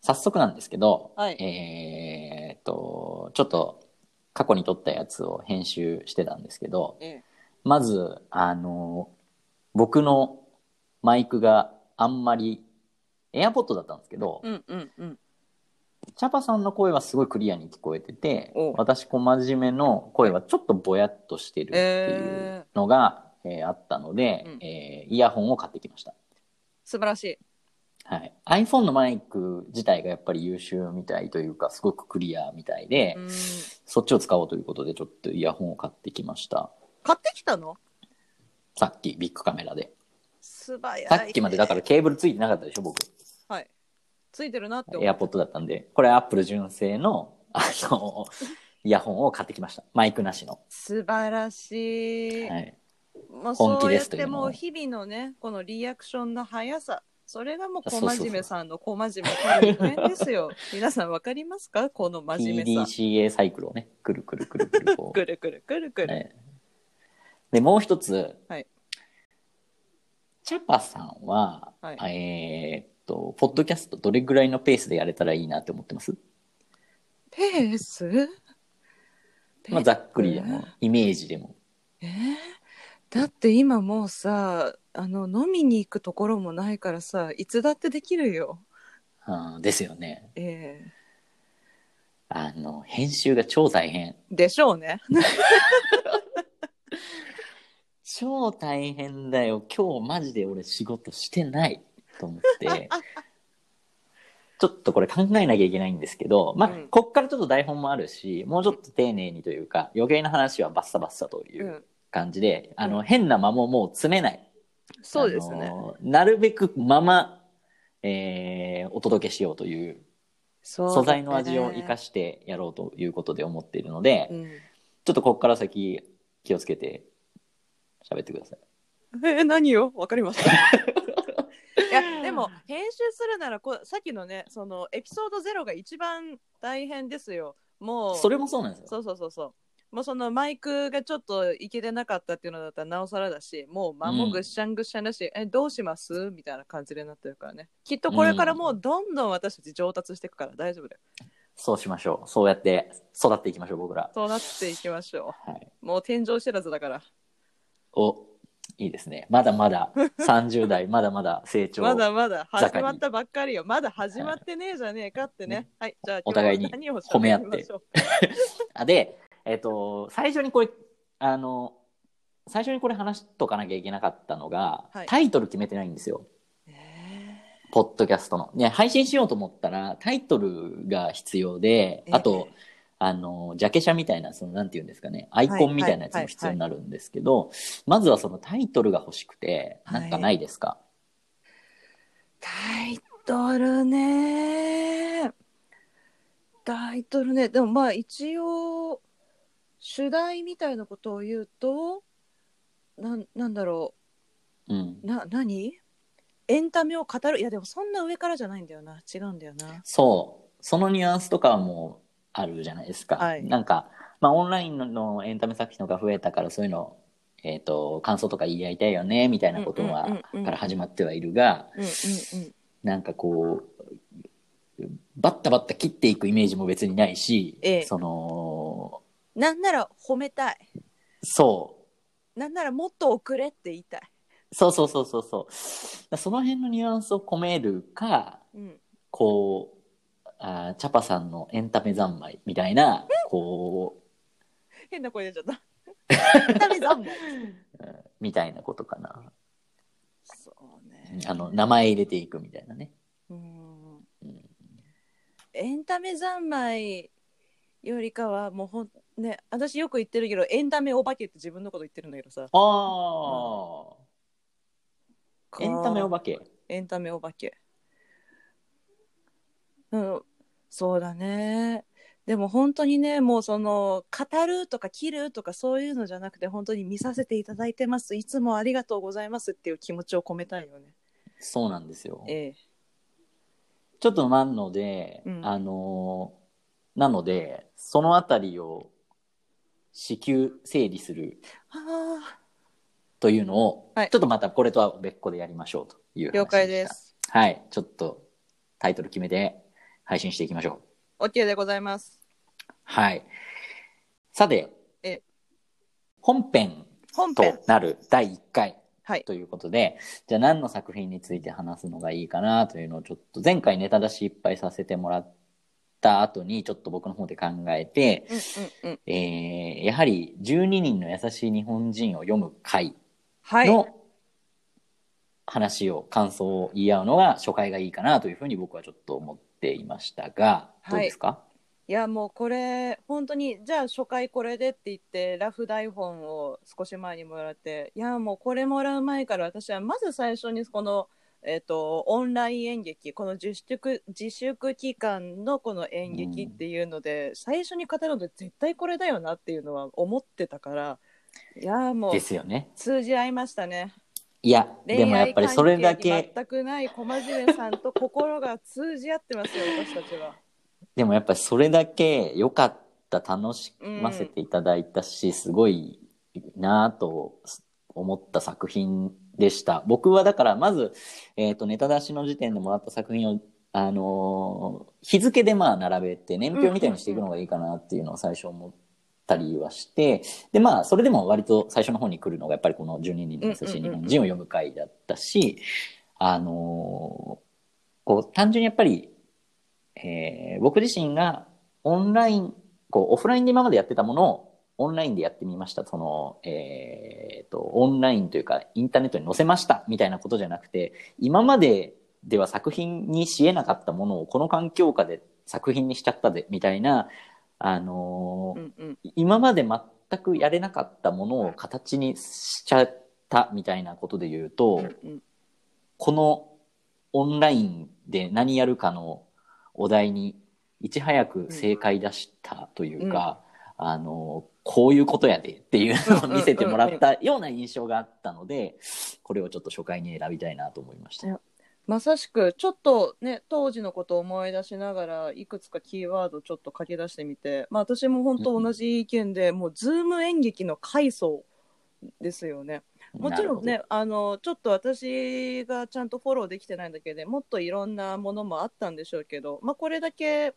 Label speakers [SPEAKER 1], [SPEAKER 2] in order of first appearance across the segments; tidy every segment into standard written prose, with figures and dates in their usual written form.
[SPEAKER 1] 早速なんですけど、
[SPEAKER 2] はい。
[SPEAKER 1] ちょっと過去に撮ったやつを編集してたんですけど、まず、僕のマイクがあんまり、エアポッドだったんですけど、
[SPEAKER 2] うんうんうん。
[SPEAKER 1] チャパさんの声はすごいクリアに聞こえてて、
[SPEAKER 2] お
[SPEAKER 1] 私小真面目の声はちょっとぼやっとしてるっていうのが、あったので、イヤホンを買ってきました。
[SPEAKER 2] 素晴らしい。
[SPEAKER 1] はい、iPhone のマイク自体がやっぱり優秀みたいというかすごくクリアみたいで、そっちを使おうということでちょっとイヤホンを買ってきました。
[SPEAKER 2] 買ってきたの？
[SPEAKER 1] さっきビッグカメラで。
[SPEAKER 2] 素早い、ね。
[SPEAKER 1] さっきまでだからケーブルついてなかったでしょ僕。
[SPEAKER 2] はい。ついてるなって思って。
[SPEAKER 1] エアポッドだったんで、これアップル純正のイヤホンを買ってきました。マイクなしの。
[SPEAKER 2] 素晴らしい。
[SPEAKER 1] はい。
[SPEAKER 2] まあ、
[SPEAKER 1] 本気
[SPEAKER 2] そうやっ
[SPEAKER 1] ですというのを。
[SPEAKER 2] てもう日々のね、このリアクションの速さ。それがもう小真面目さんの小真面目たるゆえんですよ。皆さんわかりますか？この真面目さ。
[SPEAKER 1] PDCA サイクルをね、くるくるくるくるこう。
[SPEAKER 2] くるくるくるくる。
[SPEAKER 1] はい、で、もう一つ、
[SPEAKER 2] はい、
[SPEAKER 1] チャパさんは、
[SPEAKER 2] はい、
[SPEAKER 1] ポッドキャストどれぐらいのペースでやれたらいいなって思ってます？
[SPEAKER 2] ペース？
[SPEAKER 1] まあ、ざっくりでも、イメージでも。
[SPEAKER 2] だって今もうさ、飲みに行くところもないからさ、いつだってできるよ。
[SPEAKER 1] ですよね。編集が超大変。
[SPEAKER 2] でしょうね。
[SPEAKER 1] 超大変だよ。今日マジで俺仕事してないと思って。ちょっとこれ考えなきゃいけないんですけど、まあ、こっからちょっと台本もあるし、もうちょっと丁寧にというか、余計な話はバッサバッサという感じで、変な間ももう詰めない。
[SPEAKER 2] そうですね。
[SPEAKER 1] なるべくまま、お届けしようという、素材の味を生かしてやろうということで思っているので、ちょっとこっから先気をつけて喋ってください。
[SPEAKER 2] 何よ？わかりました。いやでも編集するならさっきのね、そのエピソード0が一番大変ですよ。もう
[SPEAKER 1] それもそうなんですよ。
[SPEAKER 2] そうもうそのマイクがちょっといけてなかったっていうのだったらなおさらだし、もう間もぐっしゃんぐっしゃんだし、どうしますみたいな感じになってるからね。きっとこれからもうどんどん私たち上達していくから大丈夫だよ。
[SPEAKER 1] そうしましょう。そうやって育っていきましょう、僕ら。
[SPEAKER 2] 育っていきましょ
[SPEAKER 1] う。はい、
[SPEAKER 2] もう天井知らずだから。
[SPEAKER 1] いいですね。まだまだ30代、まだまだ成長。
[SPEAKER 2] まだまだ始まったばっかりよ。まだ始まってねえじゃねえかってね。はい、じゃあ
[SPEAKER 1] お互いに褒め合って。で、最初にこれ、最初にこれ話しとかなきゃいけなかったのが、タイトル決めてないんですよ。ポッドキャストの。ね、配信しようと思ったら、タイトルが必要で、あと、ジャケ写みたいな、なんていうんですかね、アイコンみたいなやつも必要になるんですけど、まずはそのタイトルが欲しくて、なんかないですか？
[SPEAKER 2] タイトルね。でもまあ一応、主題みたいなことを言うと、なんだろう。何？エンタメを語る。いやでもそんな上からじゃないんだよな。違うんだよな。
[SPEAKER 1] そう。そのニュアンスとかはもうあるじゃないですか。なんか、まあオンラインのエンタメ作品が増えたからそういうの、感想とか言い合いたいよね、みたいなことから始まってはいるが、なんかこう、バッタバッタ切っていくイメージも別にないし、
[SPEAKER 2] なんなら褒めたい。
[SPEAKER 1] そう。
[SPEAKER 2] なんならもっと遅れって言いたい。
[SPEAKER 1] そう。その辺のニュアンスを込めるか、こう、チャパさんのエンタメ三昧みたいな、こう。
[SPEAKER 2] 変な声出ちゃった。エンタメ三昧。
[SPEAKER 1] みたいなことかな。
[SPEAKER 2] そうね。
[SPEAKER 1] 名前入れていくみたいなね。
[SPEAKER 2] エンタメ三昧よりかはもうね、私よく言ってるけど、エンタメお化けって自分のこと言ってるんだけどさ。
[SPEAKER 1] エンタメお化け。
[SPEAKER 2] エンタメお化け。そうだね。でも本当にね、もうその語るとか切るとかそういうのじゃなくて、本当に見させていただいてます、いつもありがとうございますっていう気持ちを込めたいよね。
[SPEAKER 1] そうなんですよ。ちょっとなので、なのでそのあたりを至急整理するというのを、ちょっとまたこれとは別個でやりましょうという話でした。
[SPEAKER 2] 了解です。
[SPEAKER 1] はい、ちょっとタイトル決めて配信していきましょ
[SPEAKER 2] う。OK でございます。
[SPEAKER 1] はい。さて、本編となる第1回ということで、じゃあ何の作品について話すのがいいかなというのをちょっと前回ネタ出しいっぱいさせてもらった後にちょっと僕の方で考えて、やはり12人の優しい日本人を読む回の話を、感想を言い合うのが初回がいいかなというふうに僕はちょっと思っていましたが、どうですか？
[SPEAKER 2] いやもうこれ本当にじゃあ初回これでって言ってラフ台本を少し前にもらって、いやもうこれもらう前から私はまず最初にこの、オンライン演劇、この自粛期間のこの演劇っていうので、最初に語るので絶対これだよなっていうのは思ってたから、いやもう
[SPEAKER 1] ですよね。
[SPEAKER 2] 通じ合いましたね。
[SPEAKER 1] いやでもやっぱりそれだけ
[SPEAKER 2] 全くない小真面目さんと心が通じ合ってますよ私たちは。
[SPEAKER 1] でもやっぱりそれだけ良かった、楽しませていただいたし、すごいなと思った作品でした。僕はだからまず、ネタ出しの時点でもらった作品を、日付でまあ並べて年表みたいにしていくのがいいかなっていうのを最初思ったりはして、でまあそれでも割と最初の方に来るのがやっぱりこの12人の優しい日本人を読む回だったし、こう単純にやっぱり僕自身がオンライン、オフラインで今までやってたものをオンラインでやってみました。オンラインというかインターネットに載せましたみたいなことじゃなくて、今まででは作品にし得なかったものをこの環境下で作品にしちゃったぜみたいな、今まで全くやれなかったものを形にしちゃったみたいなことで言うと、このオンラインで何やるかのお題にいち早く正解出したというか、こういうことやでっていうのを見せてもらったような印象があったので、これをちょっと初回に選びたいなと思いました。
[SPEAKER 2] まさしくちょっとね当時のことを思い出しながらいくつかキーワードちょっと書き出してみて、私も本当同じ意見で、もうズーム演劇の階層ですよね。もちろんね、ちょっと私がちゃんとフォローできてないんだけど、もっといろんなものもあったんでしょうけど、これだけ、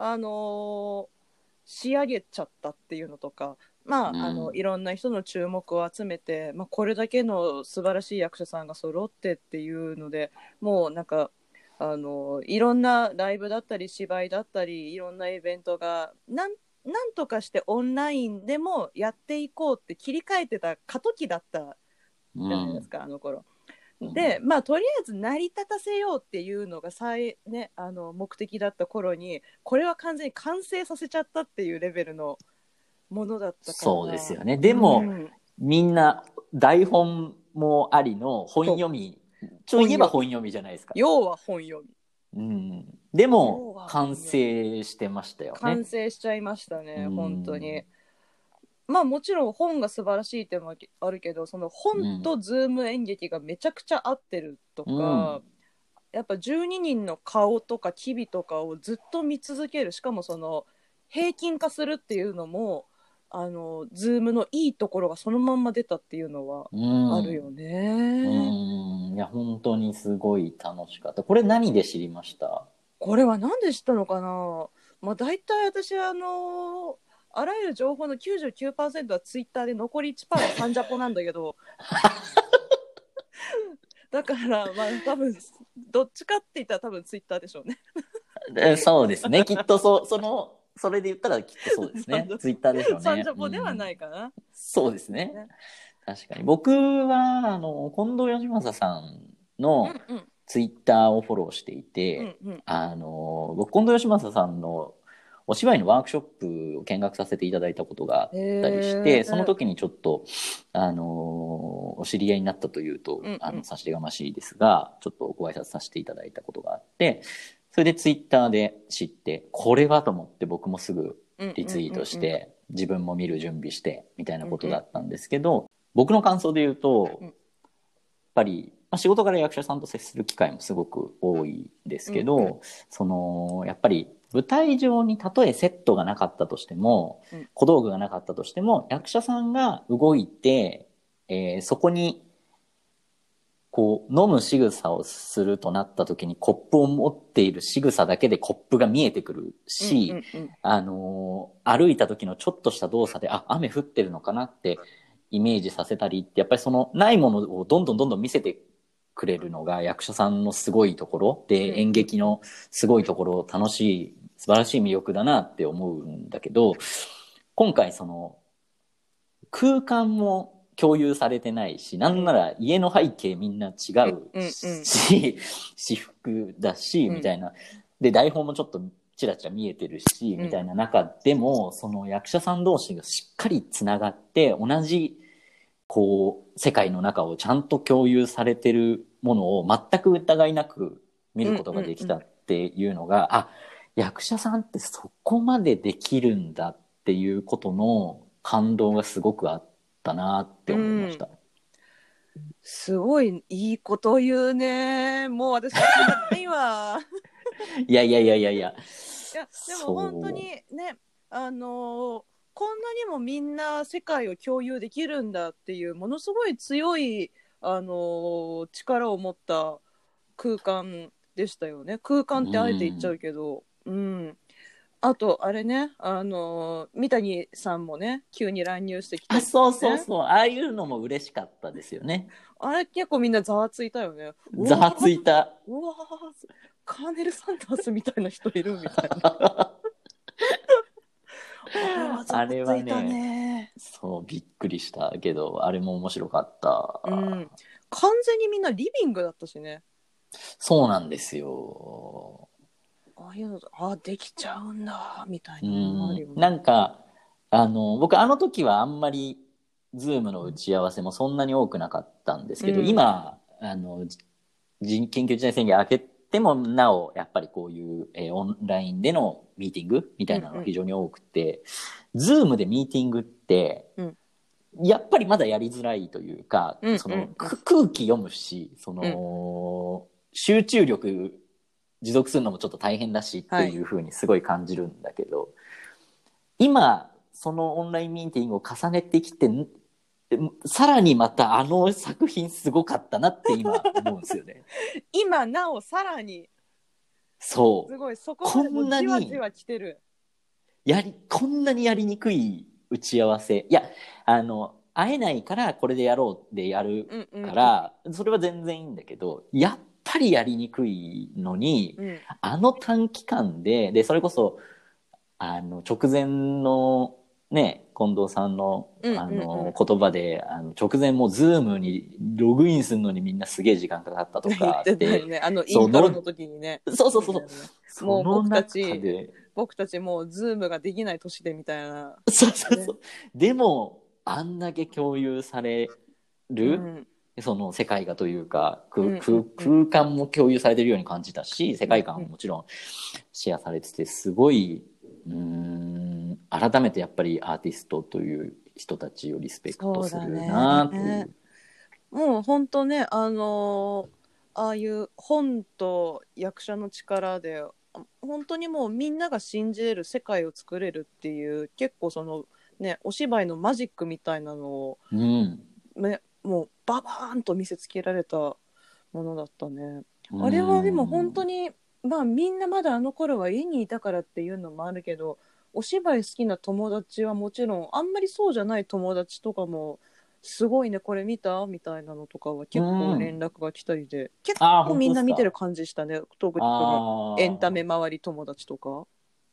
[SPEAKER 2] 仕上げちゃったっていうのとか、いろんな人の注目を集めて、これだけの素晴らしい役者さんが揃ってっていうので、もうなんかいろんなライブだったり芝居だったりいろんなイベントがなんとかしてオンラインでもやっていこうって切り替えてた過渡期だったじゃないですか、あの頃。でとりあえず成り立たせようっていうのが目的だった頃に、これは完全に完成させちゃったっていうレベルのものだったから。
[SPEAKER 1] そうですよね。でも、みんな台本もありの本読みといえば本読みじゃないですか。
[SPEAKER 2] 要は本読み。
[SPEAKER 1] でも完成してましたよね。
[SPEAKER 2] 完成しちゃいましたね、本当に。もちろん本が素晴らしい点もあるけど、その本とズーム演劇がめちゃくちゃ合ってるとか、やっぱ12人の顔とか機微とかをずっと見続ける、しかもその平均化するっていうのもズームのいいところがそのまんま出たっていうのはあるよね。
[SPEAKER 1] いや本当にすごい楽しかった。これ何で知りました？
[SPEAKER 2] これは何で知ったのかな。だいたい私はあらゆる情報の 99% はツイッターで、残り 1% はサンジャポなんだけどだから多分どっちかって言ったら多分ツイッターでしょうね
[SPEAKER 1] そうですね、きっとそれで言ったらきっとそうですねツイッターでしょうね。
[SPEAKER 2] サンジャポではないかな。
[SPEAKER 1] そうですね。確かに僕は近藤義正さんのツイッターをフォローしていて、僕近藤義正さんのお芝居のワークショップを見学させていただいたことがあったりして、その時にちょっとお知り合いになったというと差し出がましいですが、ちょっとご挨拶させていただいたことがあって、それでツイッターで知って、これはと思って僕もすぐリツイートして自分も見る準備してみたいなことだったんですけど、僕の感想で言うとやっぱり仕事から役者さんと接する機会もすごく多いですけど、やっぱり舞台上にたとえセットがなかったとしても、小道具がなかったとしても、役者さんが動いて、そこにこう飲む仕草をするとなった時にコップを持っている仕草だけでコップが見えてくるし、歩いた時のちょっとした動作で雨降ってるのかなってイメージさせたりって、やっぱりそのないものをどんどん見せてくれるのが役者さんのすごいところで、演劇のすごいところ、楽しい素晴らしい魅力だなって思うんだけど、今回その空間も共有されてないし、なんなら家の背景みんな違うし、私服だし、みたいな。で、台本もちょっとチラチラ見えてるし、みたいな中でも、その役者さん同士がしっかりつながって、同じ、こう、世界の中をちゃんと共有されてるものを全く疑いなく見ることができたっていうのが、役者さんってそこまでできるんだっていうことの感動がすごくあったなって思いました。
[SPEAKER 2] すごいいいこと言うね。もう私はないわ。
[SPEAKER 1] いや。いや、で
[SPEAKER 2] も本当にね、こんなにもみんな世界を共有できるんだっていうものすごい強い、力を持った空間でしたよね。空間ってあえて言っちゃうけど、あとあれね、三谷さんもね急に乱入してきて、ね、
[SPEAKER 1] そうああいうのも嬉しかったですよね。
[SPEAKER 2] あれ結構みんなざわついたよね。
[SPEAKER 1] ざわついた。
[SPEAKER 2] うわカーネル・サンダースみたいな人いるみたいな。あれはね、
[SPEAKER 1] そうびっくりしたけど、あれも面白かった。
[SPEAKER 2] 完全にみんなリビングだったしね。
[SPEAKER 1] そうなんですよ。
[SPEAKER 2] ああいうのできちゃうんだみたいな
[SPEAKER 1] のもあるよね。なんか僕あの時はあんまりズームの打ち合わせもそんなに多くなかったんですけど、今緊急事態宣言明けてもなおやっぱりこういう、オンラインでのミーティングみたいなのが非常に多くて、ズームでミーティングって、やっぱりまだやりづらいというか、その空気読むし、その、集中力持続するのもちょっと大変だしっていうふうにすごい感じるんだけど、今そのオンラインミーティングを重ねてきて、さらにまたあの作品すごかったなって今思うんですよね。
[SPEAKER 2] 今なおさらに
[SPEAKER 1] そう
[SPEAKER 2] すごい、そこまでもじわじわ来てる。
[SPEAKER 1] こんなにやりにくい打ち合わせ、いや会えないからこれでやろうでやるから、それは全然いいんだけど、やっぱりやりにくいのに、あの短期間でそれこそ直前のね、近藤さんの言葉で、直前もうズームにログインするのにみんなすげえ時間かかったとか
[SPEAKER 2] 言ってたよね、イントロの時にね。
[SPEAKER 1] そうもう
[SPEAKER 2] 僕たちもうズームができない年でみたいな、
[SPEAKER 1] でもあんだけ共有される、その世界がというか空間も共有されてるように感じたし、世界観ももちろんシェアされてて、すごい改めてやっぱりアーティストという人たちをリスペクトするなという。
[SPEAKER 2] もう本当ね、ああいう本と役者の力で本当にもうみんなが信じれる世界を作れるっていう、結構そのね、お芝居のマジックみたいなのを、もうババーンと見せつけられたものだったね。あれはでも本当にみんなまだあの頃は家にいたからっていうのもあるけど、お芝居好きな友達はもちろん、あんまりそうじゃない友達とかもすごいねこれ見たみたいなのとかは結構連絡が来たりで、結構みんな見てる感じしたね。特にこのエンタメ周り友達とか。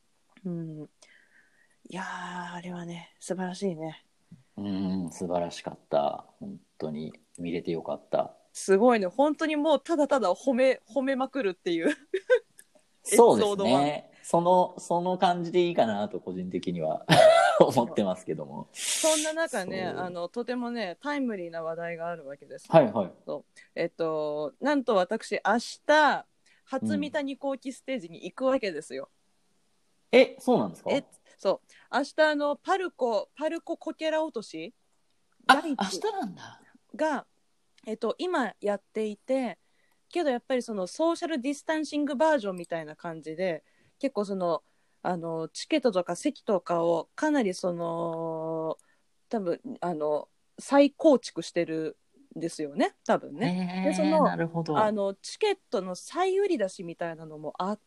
[SPEAKER 2] いやあれはね素晴らしいね。
[SPEAKER 1] 素晴らしかった。本当に見れてよかった。
[SPEAKER 2] すごいね、本当にもうただただ褒めまくるっていう
[SPEAKER 1] そうですね。その感じでいいかなと個人的には思ってますけども。
[SPEAKER 2] そんな中ね、とてもねタイムリーな話題があるわけです。
[SPEAKER 1] はいはい。
[SPEAKER 2] なんと私明日初三谷幸喜ステージに行くわけですよ。
[SPEAKER 1] そうなんですか？
[SPEAKER 2] そう明日パルコこけら落とし
[SPEAKER 1] 明日なんだ
[SPEAKER 2] が今やっていて、けどやっぱりそのソーシャルディスタンシングバージョンみたいな感じで、結構そのチケットとか席とかをかなりその多分再構築してるですよね、多分ね。で
[SPEAKER 1] なるほど。
[SPEAKER 2] チケットの再売り出しみたいなのもあって、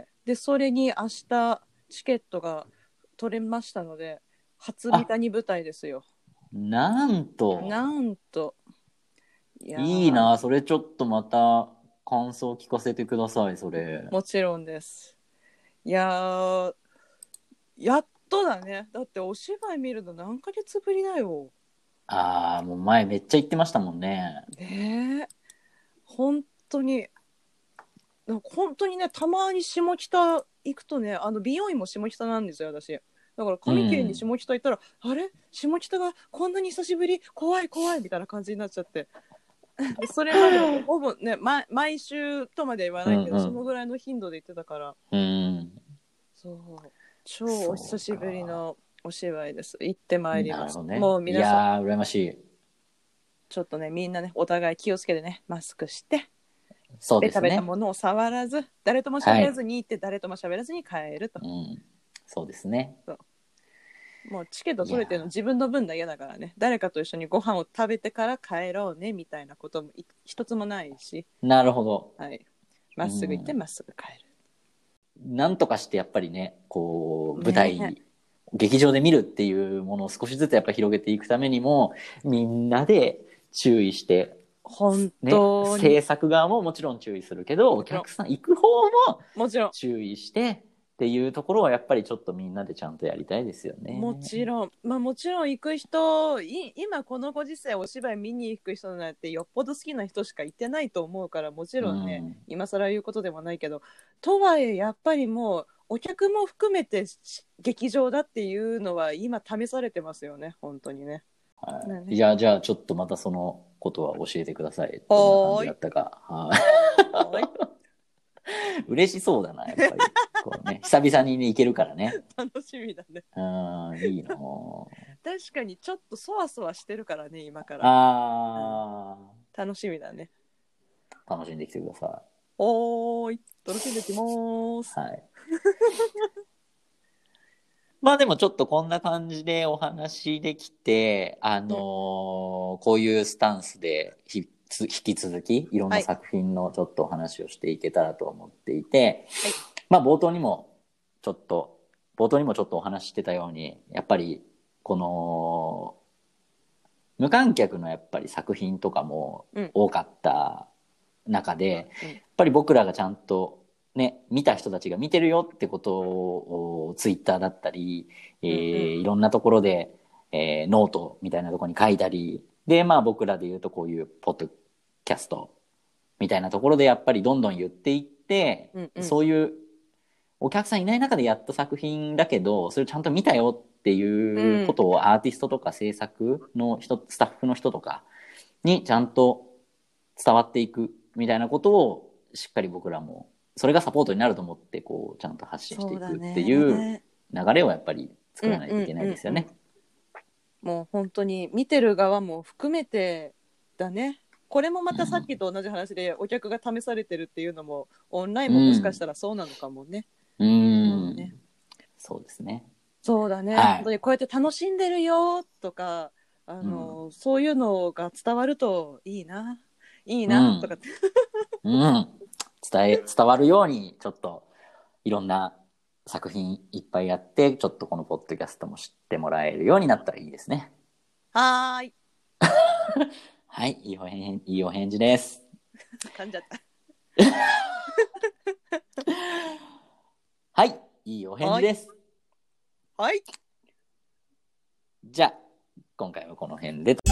[SPEAKER 2] でそれに明日チケットが取れましたので、初三谷舞台ですよ。
[SPEAKER 1] なんといいな。それちょっとまた感想聞かせてください。それ
[SPEAKER 2] もちろんです。いややっとだね。だってお芝居見るの何ヶ月ぶりだよ。
[SPEAKER 1] もう前めっちゃ言ってましたもんね。
[SPEAKER 2] ねえ、本当にね、たまに下北行くとね、美容院も下北なんですよ、私。だから髪切りに下北行ったら、あれ下北がこんなに久しぶり、怖い怖いみたいな感じになっちゃってそれまでほぼね、毎週とまで言わないけど、そのぐらいの頻度で行ってたから、そう超お久しぶりのお芝居です。行ってまいりました。ね、もう皆さ
[SPEAKER 1] ん、いやー羨ましい。
[SPEAKER 2] ちょっとね、みんなね、お互い気をつけてね、マスクして
[SPEAKER 1] そうですね、
[SPEAKER 2] ベタベタものを触らず、誰とも喋らずに行って、誰とも喋らずに帰ると、
[SPEAKER 1] そうですね。
[SPEAKER 2] もうチケット取れてるの自分の分だけだからね、誰かと一緒にご飯を食べてから帰ろうねみたいなことも一つもないし。
[SPEAKER 1] なるほど。
[SPEAKER 2] はい。まっすぐ行ってまっすぐ帰る。
[SPEAKER 1] なんとかしてやっぱりね、こう舞台、劇場で見るっていうものを少しずつやっぱ広げていくためにも、みんなで注意して、
[SPEAKER 2] 本当
[SPEAKER 1] に、制作側ももちろん注意するけど、お客さん行く方も
[SPEAKER 2] もちろん
[SPEAKER 1] 注意してっていうところはやっぱりちょっとみんなでちゃんとやりたいですよね。
[SPEAKER 2] もちろん、もちろん行く人、今このご時世お芝居見に行く人なんてよっぽど好きな人しか行ってないと思うから、もちろんね、今更言うことでもないけど、とはいえやっぱりもうお客も含めて劇場だっていうのは今試されてますよね、本当にね。
[SPEAKER 1] はい、じゃあちょっとまたそのことは教えてください。どんな感じだったか。はい嬉しそうだな、やっぱり。こうね、久々にね、行けるからね。
[SPEAKER 2] 楽しみだね。
[SPEAKER 1] いいの。
[SPEAKER 2] 確かにちょっとそわそわしてるからね、今から。楽しみだね。
[SPEAKER 1] 楽しんできてください。
[SPEAKER 2] 楽しんできます。
[SPEAKER 1] はい。まあでもちょっとこんな感じでお話できて、こういうスタンスで引き続きいろんな作品のちょっとお話をしていけたらと思っていて、はい、まあ冒頭にもちょっとお話ししてたように、やっぱりこの無観客のやっぱり作品とかも多かった中で、やっぱり僕らがちゃんとね、見た人たちが見てるよってことをツイッターだったり、いろんなところで、ノートみたいなところに書いたりで、まあ僕らで言うとこういうポッドキャストみたいなところでやっぱりどんどん言っていって、そういうお客さんいない中でやった作品だけどそれちゃんと見たよっていうことをアーティストとか制作の人、スタッフの人とかにちゃんと伝わっていくみたいなことをしっかり僕らもそれがサポートになると思ってこうちゃんと発信していくっていう流れをやっぱり作らないといけないですよね。
[SPEAKER 2] もう本当に見てる側も含めてだね。これもまたさっきと同じ話でお客が試されてるっていうのもオンラインももしかしたらそうなのかもね。
[SPEAKER 1] そうですね。
[SPEAKER 2] そうだね、はい、本当にこうやって楽しんでるよとかそういうのが伝わるといいなとかって、
[SPEAKER 1] 伝わるようにちょっといろんな作品いっぱいやってちょっとこのポッドキャストも知ってもらえるようになったらいいですね。
[SPEAKER 2] はい。
[SPEAKER 1] はい、いいお返事です。
[SPEAKER 2] 噛んじゃった。
[SPEAKER 1] はい、いいお返事です。
[SPEAKER 2] はい。
[SPEAKER 1] じゃあ今回はこの辺で。